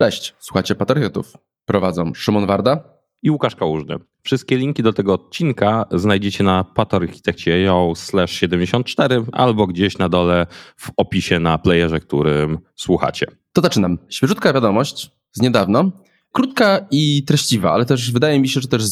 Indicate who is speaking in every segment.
Speaker 1: Cześć, słuchacie Patriotów. Prowadzą Szymon Warda
Speaker 2: i Łukasz Kałużny. Wszystkie linki do tego odcinka znajdziecie na patarchitekcie.io/74 albo gdzieś na dole w opisie na playerze, którym słuchacie.
Speaker 1: To zaczynam. Świeżutka wiadomość z niedawno. Krótka i treściwa, ale też wydaje mi się, że też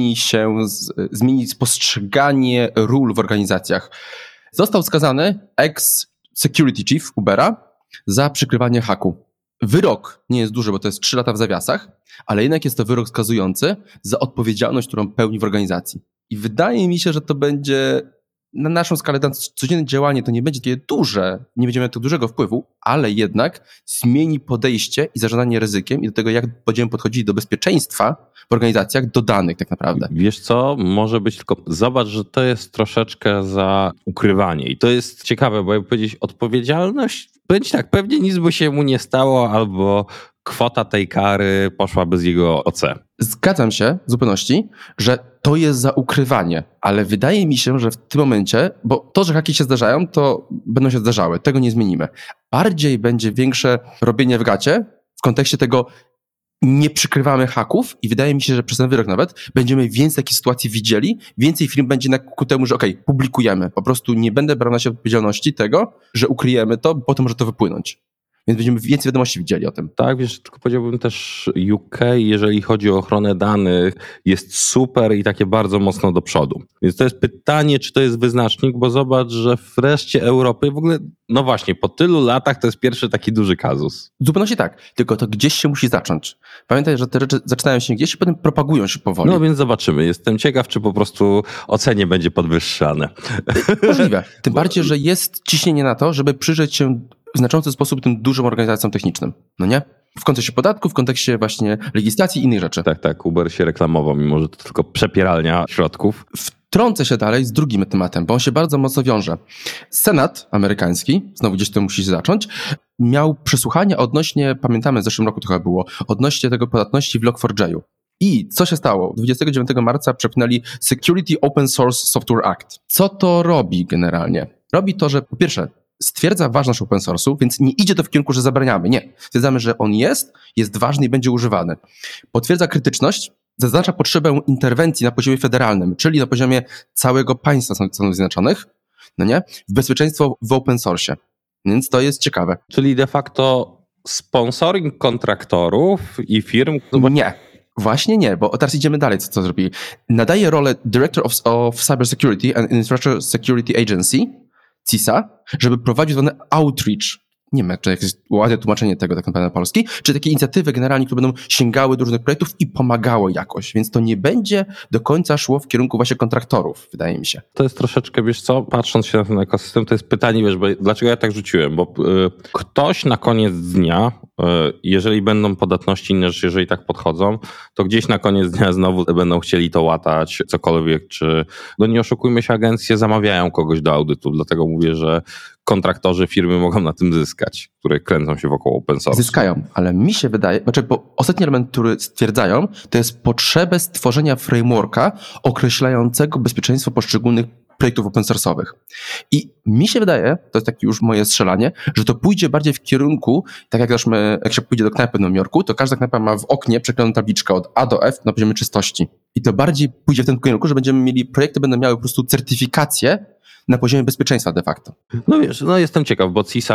Speaker 1: zmieni postrzeganie ról w organizacjach. Został skazany ex-security chief Ubera za przykrywanie haku. Wyrok nie jest duży, bo to jest 3 lata w zawiasach, ale jednak jest to wyrok skazujący za odpowiedzialność, którą pełni w organizacji. I wydaje mi się, że to będzie na naszą skalę, na codzienne działanie to nie będzie takie duże, nie będziemy mieli tak dużego wpływu, ale jednak zmieni podejście i zarządzanie ryzykiem i do tego, jak będziemy podchodzili do bezpieczeństwa w organizacjach, do danych tak naprawdę.
Speaker 2: Wiesz co, może być tylko, zobacz, że to jest troszeczkę za ukrywanie i to jest ciekawe, bo jakby powiedzieć odpowiedzialność, będzie tak, pewnie nic by się mu nie stało albo kwota tej kary poszłaby z jego OC.
Speaker 1: Zgadzam się w zupełności, że to jest za ukrywanie, ale wydaje mi się, że w tym momencie, bo to, że haki się zdarzają, to będą się zdarzały, tego nie zmienimy. Bardziej będzie większe robienie w gacie w kontekście tego, nie przykrywamy haków i wydaje mi się, że przez ten wyrok nawet będziemy więcej takich sytuacji widzieli, więcej firm będzie ku temu, że publikujemy. Po prostu nie będę brał na siebie odpowiedzialności tego, że ukryjemy to, bo potem może to wypłynąć. Więc będziemy więcej wiadomości widzieli o tym.
Speaker 2: Tak, wiesz, tylko powiedziałbym też UK, jeżeli chodzi o ochronę danych, jest super i takie bardzo mocno do przodu. Więc to jest pytanie, czy to jest wyznacznik, bo zobacz, że w reszcie Europy w ogóle, no właśnie, po tylu latach to jest pierwszy taki duży kazus.
Speaker 1: W zupełności tak, tylko to gdzieś się musi zacząć. Pamiętaj, że te rzeczy zaczynają się gdzieś i potem propagują się powoli.
Speaker 2: No więc zobaczymy. Jestem ciekaw, czy po prostu ocenie będzie podwyższane.
Speaker 1: Możliwe. Tym bardziej, że jest ciśnienie na to, żeby przyjrzeć się w znaczący sposób tym dużym organizacjom technicznym, no nie? W kontekście podatków, w kontekście właśnie legislacji i innych rzeczy.
Speaker 2: Tak, Uber się reklamował, mimo że to tylko przepieralnia środków.
Speaker 1: Wtrącę się dalej z drugim tematem, bo on się bardzo mocno wiąże. Senat amerykański, znowu gdzieś to musi się zacząć, miał przesłuchanie odnośnie, pamiętamy w zeszłym roku to chyba było, odnośnie tego podatności w Log4j. I co się stało? 29 marca przepchnęli Security Open Source Software Act. Co to robi generalnie? Robi to, że po pierwsze stwierdza ważność open source'u, więc nie idzie to w kierunku, że zabraniamy. Nie. Stwierdzamy, że on jest ważny i będzie używany. Potwierdza krytyczność, zaznacza potrzebę interwencji na poziomie federalnym, czyli na poziomie całego państwa Stanów Zjednoczonych, no nie? W bezpieczeństwo w open source. Więc to jest ciekawe.
Speaker 2: Czyli de facto sponsoring kontraktorów i firm?
Speaker 1: Nie. Właśnie nie, bo teraz idziemy dalej, co zrobili. Nadaje rolę Director of Cybersecurity and Infrastructure Security Agency, CISA, żeby prowadzić zwany outreach. Nie wiem, czy jakieś ładne tłumaczenie tego tak naprawdę na polski, czy takie inicjatywy generalnie, które będą sięgały do różnych projektów i pomagało jakoś, więc to nie będzie do końca szło w kierunku właśnie kontraktorów, wydaje mi się.
Speaker 2: To jest troszeczkę, wiesz co, patrząc się na ten ekosystem, to jest pytanie, wiesz, bo dlaczego ja tak rzuciłem, bo ktoś na koniec dnia, jeżeli będą podatności inne rzeczy, jeżeli tak podchodzą, to gdzieś na koniec dnia znowu będą chcieli to łatać, cokolwiek, czy, no nie oszukujmy się, agencje zamawiają kogoś do audytu, dlatego mówię, że kontraktorzy firmy mogą na tym zyskać, które kręcą się wokół open source.
Speaker 1: Zyskają, ale mi się wydaje, bo ostatni element, który stwierdzają, to jest potrzebę stworzenia frameworka określającego bezpieczeństwo poszczególnych projektów open source'owych. I mi się wydaje, to jest takie już moje strzelanie, że to pójdzie bardziej w kierunku, tak jak jak się pójdzie do knajpy w Nowym Jorku, to każda knajpa ma w oknie przeklejoną tabliczkę od A do F na poziomie czystości. I to bardziej pójdzie w ten kierunku, że będziemy mieli, projekty będą miały po prostu certyfikację na poziomie bezpieczeństwa de facto.
Speaker 2: No wiesz, no jestem ciekaw, bo CISA,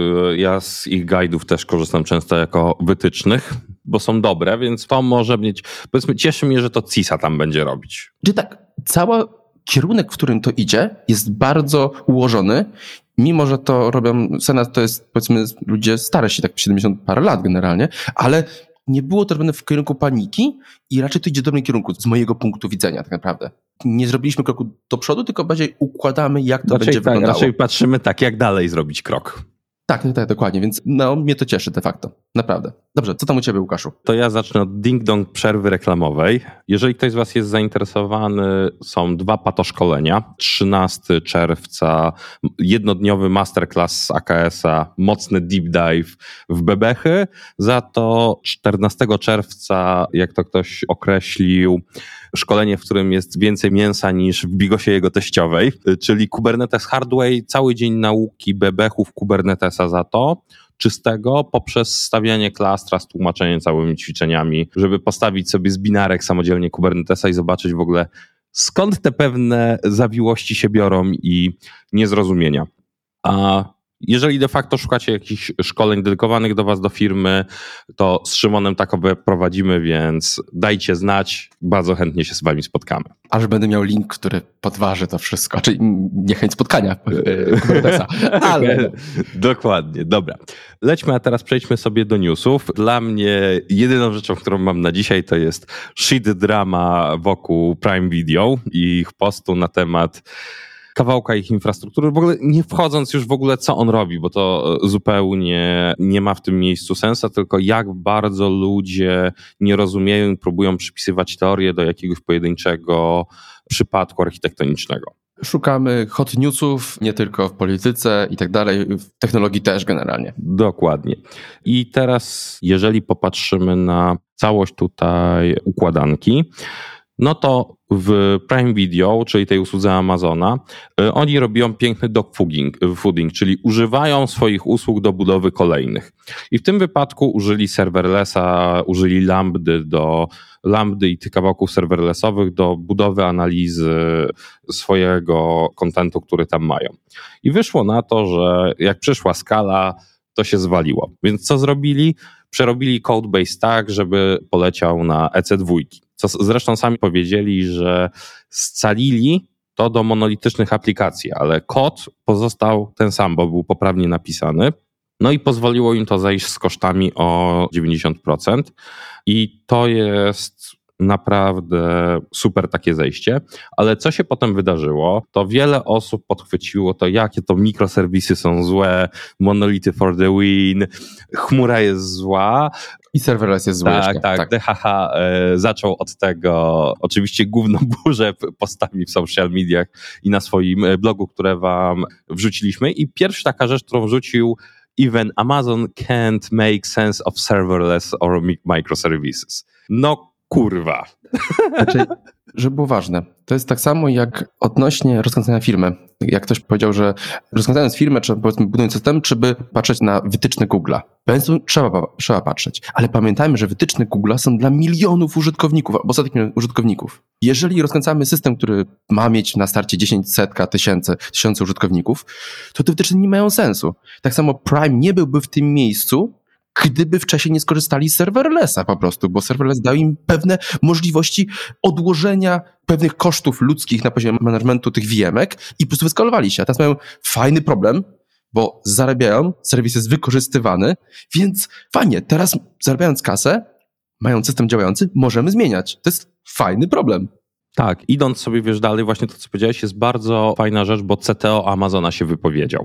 Speaker 2: ja z ich guide'ów też korzystam często jako wytycznych, bo są dobre, więc to może mieć, powiedzmy, cieszy mnie, że to CISA tam będzie robić.
Speaker 1: Czyli tak, cały kierunek, w którym to idzie, jest bardzo ułożony, mimo że to robią, Senat to jest, powiedzmy, ludzie starsi, tak 70 parę lat generalnie, ale nie było to robione w kierunku paniki i raczej to idzie w dobrym kierunku, z mojego punktu widzenia tak naprawdę. Nie zrobiliśmy kroku do przodu, tylko bardziej układamy, jak to będzie wyglądało.
Speaker 2: Raczej patrzymy tak, jak dalej zrobić krok.
Speaker 1: Tak, dokładnie, więc no, mnie to cieszy de facto, naprawdę. Dobrze, co tam u ciebie, Łukaszu?
Speaker 2: To ja zacznę od ding-dong przerwy reklamowej. Jeżeli ktoś z was jest zainteresowany, są 2 patoszkolenia. 13 czerwca jednodniowy masterclass z AKS-a, mocny deep dive w bebechy. Za to 14 czerwca, jak to ktoś określił, szkolenie, w którym jest więcej mięsa niż w bigosie jego teściowej, czyli Kubernetes Hardware, cały dzień nauki bebechów Kubernetesa za to. czystego poprzez stawianie klastra z tłumaczeniem całymi ćwiczeniami, żeby postawić sobie zbinarek samodzielnie Kubernetesa i zobaczyć w ogóle skąd te pewne zawiłości się biorą i niezrozumienia. A jeżeli de facto szukacie jakichś szkoleń dedykowanych do was, do firmy, to z Szymonem takowe prowadzimy, więc dajcie znać, bardzo chętnie się z wami spotkamy.
Speaker 1: Aż będę miał link, który podważy to wszystko, czyli niechęć spotkania Kubernetesa. Ale...
Speaker 2: Dokładnie, dobra. Lećmy, a teraz przejdźmy sobie do newsów. Dla mnie jedyną rzeczą, którą mam na dzisiaj, to jest shit drama wokół Prime Video i ich postu na temat kawałka ich infrastruktury, w ogóle nie wchodząc już w ogóle co on robi, bo to zupełnie nie ma w tym miejscu sensu, tylko jak bardzo ludzie nie rozumieją i próbują przypisywać teorię do jakiegoś pojedynczego przypadku architektonicznego.
Speaker 1: Szukamy hot newsów nie tylko w polityce i tak dalej, w technologii też generalnie.
Speaker 2: Dokładnie. I teraz jeżeli popatrzymy na całość tutaj układanki, no to w Prime Video, czyli tej usłudze Amazona, oni robią piękny dogfooding, czyli używają swoich usług do budowy kolejnych. I w tym wypadku użyli serverlessa, użyli lambdy i tych kawałków serverlessowych do budowy analizy swojego kontentu, który tam mają. I wyszło na to, że jak przyszła skala, to się zwaliło. Więc co zrobili? Przerobili codebase tak, żeby poleciał na EC2. Co zresztą sami powiedzieli, że scalili to do monolitycznych aplikacji, ale kod pozostał ten sam, bo był poprawnie napisany. No i pozwoliło im to zejść z kosztami o 90%. I to jest naprawdę super takie zejście, ale co się potem wydarzyło, to wiele osób podchwyciło to, jakie to mikroserwisy są złe, monolity for the win, chmura jest zła.
Speaker 1: I serverless jest zły.
Speaker 2: Tak. DHH zaczął od tego, oczywiście gówno burzę postami w social mediach i na swoim blogu, które wam wrzuciliśmy. I pierwsza taka rzecz, którą wrzucił: even Amazon can't make sense of serverless or microservices. No kurwa.
Speaker 1: Znaczy, żeby było ważne, to jest tak samo jak odnośnie rozkręcania firmy. Jak ktoś powiedział, że rozkręcając firmę, czy powiedzmy budując system, trzeba patrzeć na wytyczne Google'a. Trzeba patrzeć, ale pamiętajmy, że wytyczne Google'a są dla milionów użytkowników, albo setek milionów użytkowników. Jeżeli rozkręcamy system, który ma mieć na starcie 10, setka, tysiące użytkowników, to te wytyczne nie mają sensu. Tak samo Prime nie byłby w tym miejscu, gdyby wcześniej nie skorzystali z serverlessa po prostu, bo serverless dał im pewne możliwości odłożenia pewnych kosztów ludzkich na poziomie managementu tych VM-ek i po prostu wyskalowali się. A teraz mają fajny problem, bo zarabiają, serwis jest wykorzystywany, więc fajnie, teraz zarabiając kasę, mając system działający, możemy zmieniać. To jest fajny problem.
Speaker 2: Tak, idąc sobie wiesz dalej, właśnie to co powiedziałeś jest bardzo fajna rzecz, bo CTO Amazona się wypowiedział.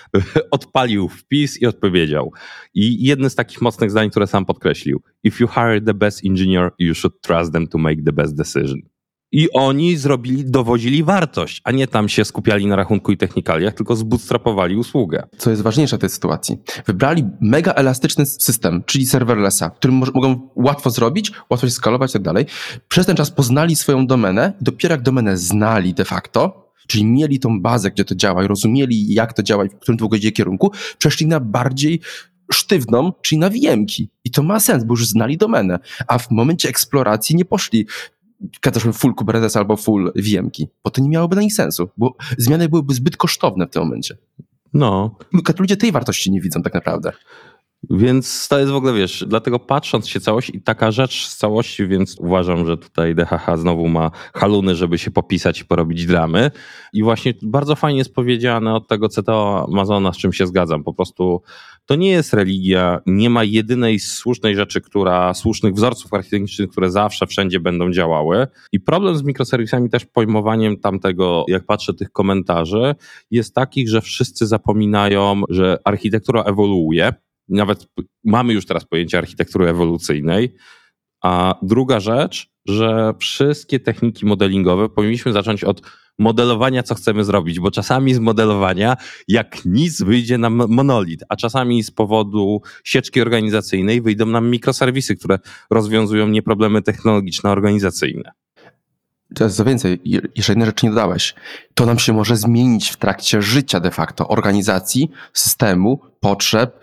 Speaker 2: Odpalił wpis i odpowiedział. I jedno z takich mocnych zdań, które sam podkreślił: if you hire the best engineer, you should trust them to make the best decision. I oni dowozili wartość, a nie tam się skupiali na rachunku i technikaliach, tylko zbootstrapowali usługę.
Speaker 1: Co jest ważniejsze w tej sytuacji? Wybrali mega elastyczny system, czyli serverlessa, który mogą łatwo zrobić, łatwo się skalować i tak dalej. Przez ten czas poznali swoją domenę, dopiero jak domenę znali de facto, czyli mieli tą bazę, gdzie to działa i rozumieli, jak to działa i w którym to idzie kierunku, przeszli na bardziej sztywną, czyli na VM-ki. I to ma sens, bo już znali domenę, a w momencie eksploracji nie poszli full Kubernetes albo full VM-ki, bo to nie miałoby na nich sensu, bo zmiany byłyby zbyt kosztowne w tym momencie.
Speaker 2: No.
Speaker 1: Ludzie tej wartości nie widzą tak naprawdę.
Speaker 2: Więc to jest w ogóle, wiesz, dlatego patrząc się całość i taka rzecz z całości, więc uważam, że tutaj DHH znowu ma haluny, żeby się popisać i porobić dramy. I właśnie bardzo fajnie jest powiedziane od tego CTO Amazona, z czym się zgadzam. Po prostu to nie jest religia, nie ma jedynej słusznej rzeczy, słusznych wzorców architektonicznych, które zawsze, wszędzie będą działały. I problem z mikroserwisami, też pojmowaniem tamtego, jak patrzę tych komentarzy, jest taki, że wszyscy zapominają, że architektura ewoluuje. Nawet mamy już teraz pojęcie architektury ewolucyjnej. A druga rzecz, że wszystkie techniki modelingowe powinniśmy zacząć od modelowania, co chcemy zrobić, bo czasami z modelowania jak nic wyjdzie nam monolit, a czasami z powodu sieczki organizacyjnej wyjdą nam mikroserwisy, które rozwiązują nie problemy technologiczne, organizacyjne.
Speaker 1: To jest co więcej, jeszcze jednej rzeczy nie dodałeś. To nam się może zmienić w trakcie życia de facto, organizacji, systemu, potrzeb,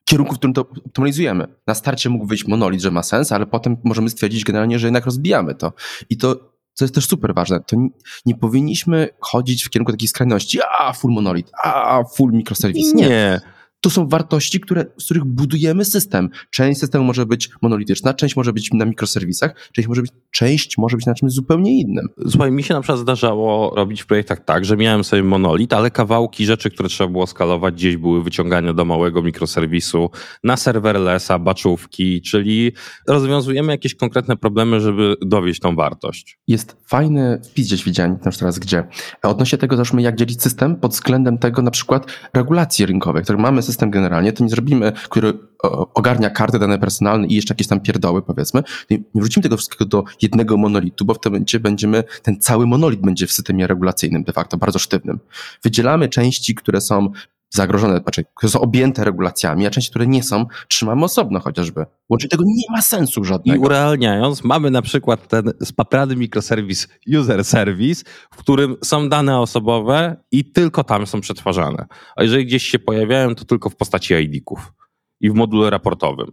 Speaker 1: kierunku, w którym to optymalizujemy. Na starcie mógł wyjść monolit, że ma sens, ale potem możemy stwierdzić generalnie, że jednak rozbijamy to. I to, co jest też super ważne, to nie powinniśmy chodzić w kierunku takiej skrajności, full monolit, full mikroserwis. Nie. To są wartości, z których budujemy system. Część systemu może być monolityczna, część może być na mikroserwisach, część może być na czymś zupełnie innym.
Speaker 2: Słuchaj, mi się na przykład zdarzało robić w projektach tak, że miałem sobie monolit, ale kawałki rzeczy, które trzeba było skalować, gdzieś były wyciągane do małego mikroserwisu, na serverlessa, baczówki, czyli rozwiązujemy jakieś konkretne problemy, żeby dowieść tą wartość.
Speaker 1: Jest fajny wpis gdzieś widziałem, już teraz gdzie. Odnośnie tego załóżmy, jak dzielić system pod względem tego na przykład regulacji rynkowej, które mamy system generalnie, to nie zrobimy, który ogarnia karty, dane personalne i jeszcze jakieś tam pierdoły, powiedzmy. Nie wrzucimy tego wszystkiego do jednego monolitu, bo w tym momencie ten cały monolit będzie w systemie regulacyjnym de facto, bardzo sztywnym. Wydzielamy części, które są zagrożone, które są objęte regulacjami, a części, które nie są, trzymamy osobno chociażby. Łącznie tego nie ma sensu żadnego.
Speaker 2: I urealniając, mamy na przykład ten spaprany mikroserwis user service, w którym są dane osobowe i tylko tam są przetwarzane. A jeżeli gdzieś się pojawiają, to tylko w postaci ID-ków i w module raportowym.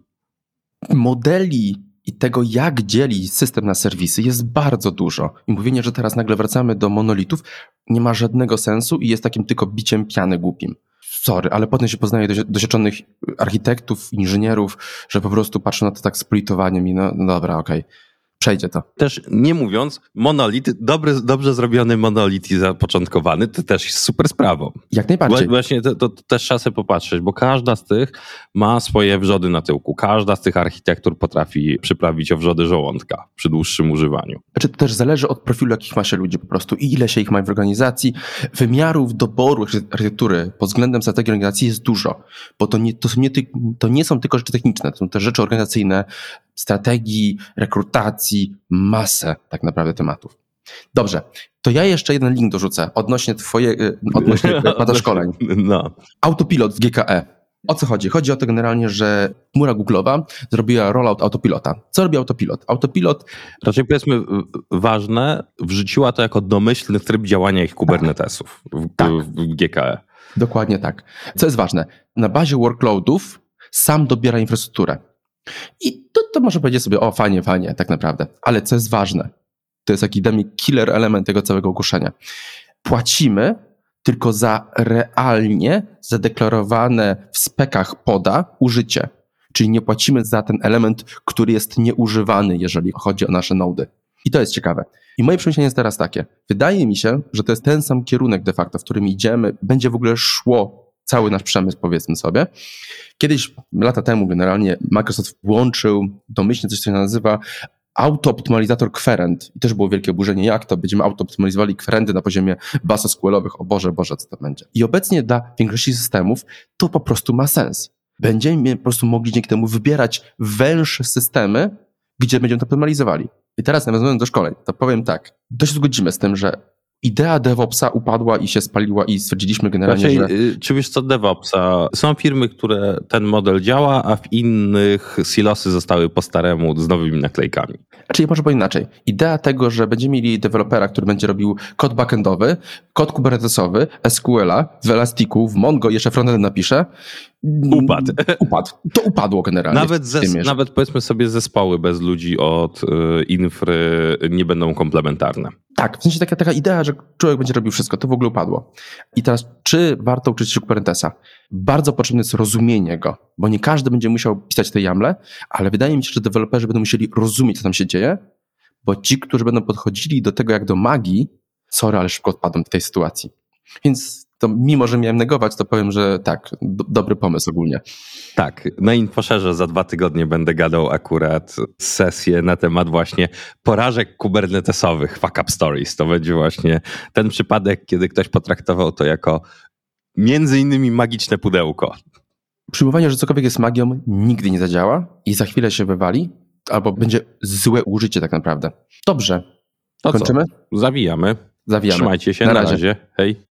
Speaker 1: Modeli i tego, jak dzieli system na serwisy, jest bardzo dużo. I mówienie, że teraz nagle wracamy do monolitów, nie ma żadnego sensu i jest takim tylko biciem piany głupim. Sorry, ale potem się poznaje doświadczonych architektów, inżynierów, że po prostu patrzą na to tak z politowaniem i no dobra, okej. Przejdzie to.
Speaker 2: Też nie mówiąc, monolit, dobrze zrobiony monolit i zapoczątkowany, to też jest super sprawą.
Speaker 1: Jak najbardziej.
Speaker 2: Właśnie to też trzeba sobie popatrzeć, bo każda z tych ma swoje wrzody na tyłku. Każda z tych architektur potrafi przyprawić o wrzody żołądka przy dłuższym używaniu.
Speaker 1: Znaczy to też zależy od profilu, jakich ma się ludzi po prostu i ile się ich ma w organizacji. Wymiarów doboru architektury pod względem strategii organizacji jest dużo, bo to nie są tylko rzeczy techniczne, to są też rzeczy organizacyjne, strategii, rekrutacji, masę tak naprawdę tematów. Dobrze, to ja jeszcze jeden link dorzucę odnośnie pada szkoleń.
Speaker 2: No.
Speaker 1: Autopilot w GKE. O co chodzi? Chodzi o to generalnie, że chmura Google'owa zrobiła rollout autopilota. Co robi autopilot? Autopilot...
Speaker 2: Raczej powiedzmy ważne, wrzuciła to jako domyślny tryb działania ich Kubernetesów w GKE.
Speaker 1: Dokładnie tak. Co jest ważne? Na bazie workloadów sam dobiera infrastrukturę. I to można powiedzieć sobie, fajnie, tak naprawdę. Ale co jest ważne? To jest taki dla mnie killer element tego całego ogłoszenia. Płacimy tylko za realnie zadeklarowane w spekach poda użycie. Czyli nie płacimy za ten element, który jest nieużywany, jeżeli chodzi o nasze nody. I to jest ciekawe. I moje przemyślenie jest teraz takie. Wydaje mi się, że to jest ten sam kierunek de facto, w którym idziemy, będzie w ogóle szło cały nasz przemysł, powiedzmy sobie. Kiedyś, lata temu generalnie Microsoft włączył domyślnie coś, co się nazywa autooptymalizator querent. I też było wielkie oburzenie, jak to? Będziemy autooptymalizowali querenty na poziomie baz SQL-owych. O Boże, co to będzie? I obecnie dla większości systemów to po prostu ma sens. Będziemy po prostu mogli dzięki temu wybierać węższe systemy, gdzie będziemy to optymalizowali. I teraz nawiązując do szkoleń, to powiem tak. To się zgodzimy z tym, że idea DevOpsa upadła i się spaliła i stwierdziliśmy generalnie, że...
Speaker 2: Czy wiesz co, DevOpsa? Są firmy, które ten model działa, a w innych silosy zostały po staremu z nowymi naklejkami.
Speaker 1: Czyli może powiem inaczej. Idea tego, że będziemy mieli dewelopera, który będzie robił kod backendowy, kod kubernetesowy, SQL-a, w Elastiku, w Mongo, jeszcze frontend napisze.
Speaker 2: Upadł.
Speaker 1: To upadło generalnie.
Speaker 2: Nawet powiedzmy sobie zespoły bez ludzi od infry nie będą komplementarne.
Speaker 1: Tak, w sensie taka idea, że człowiek będzie robił wszystko, to w ogóle upadło. I teraz, czy warto uczyć się Kubernetesa? Bardzo potrzebne jest rozumienie go, bo nie każdy będzie musiał pisać te YAMLe, ale wydaje mi się, że deweloperzy będą musieli rozumieć, co tam się dzieje, bo ci, którzy będą podchodzili do tego jak do magii, ale szybko odpadną w tej sytuacji. Więc to mimo, że miałem negować, to powiem, że tak, dobry pomysł ogólnie.
Speaker 2: Tak, na InfoSharze za 2 tygodnie będę gadał akurat sesję na temat właśnie porażek kubernetesowych, fuck up stories. To będzie właśnie ten przypadek, kiedy ktoś potraktował to jako między innymi magiczne pudełko.
Speaker 1: Przyjmowanie, że cokolwiek jest magią, nigdy nie zadziała i za chwilę się wywali, albo będzie złe użycie tak naprawdę. Dobrze,
Speaker 2: To
Speaker 1: kończymy?
Speaker 2: Co? Zawijamy.
Speaker 1: Zawijamy.
Speaker 2: Trzymajcie się,
Speaker 1: na
Speaker 2: razie. Hej.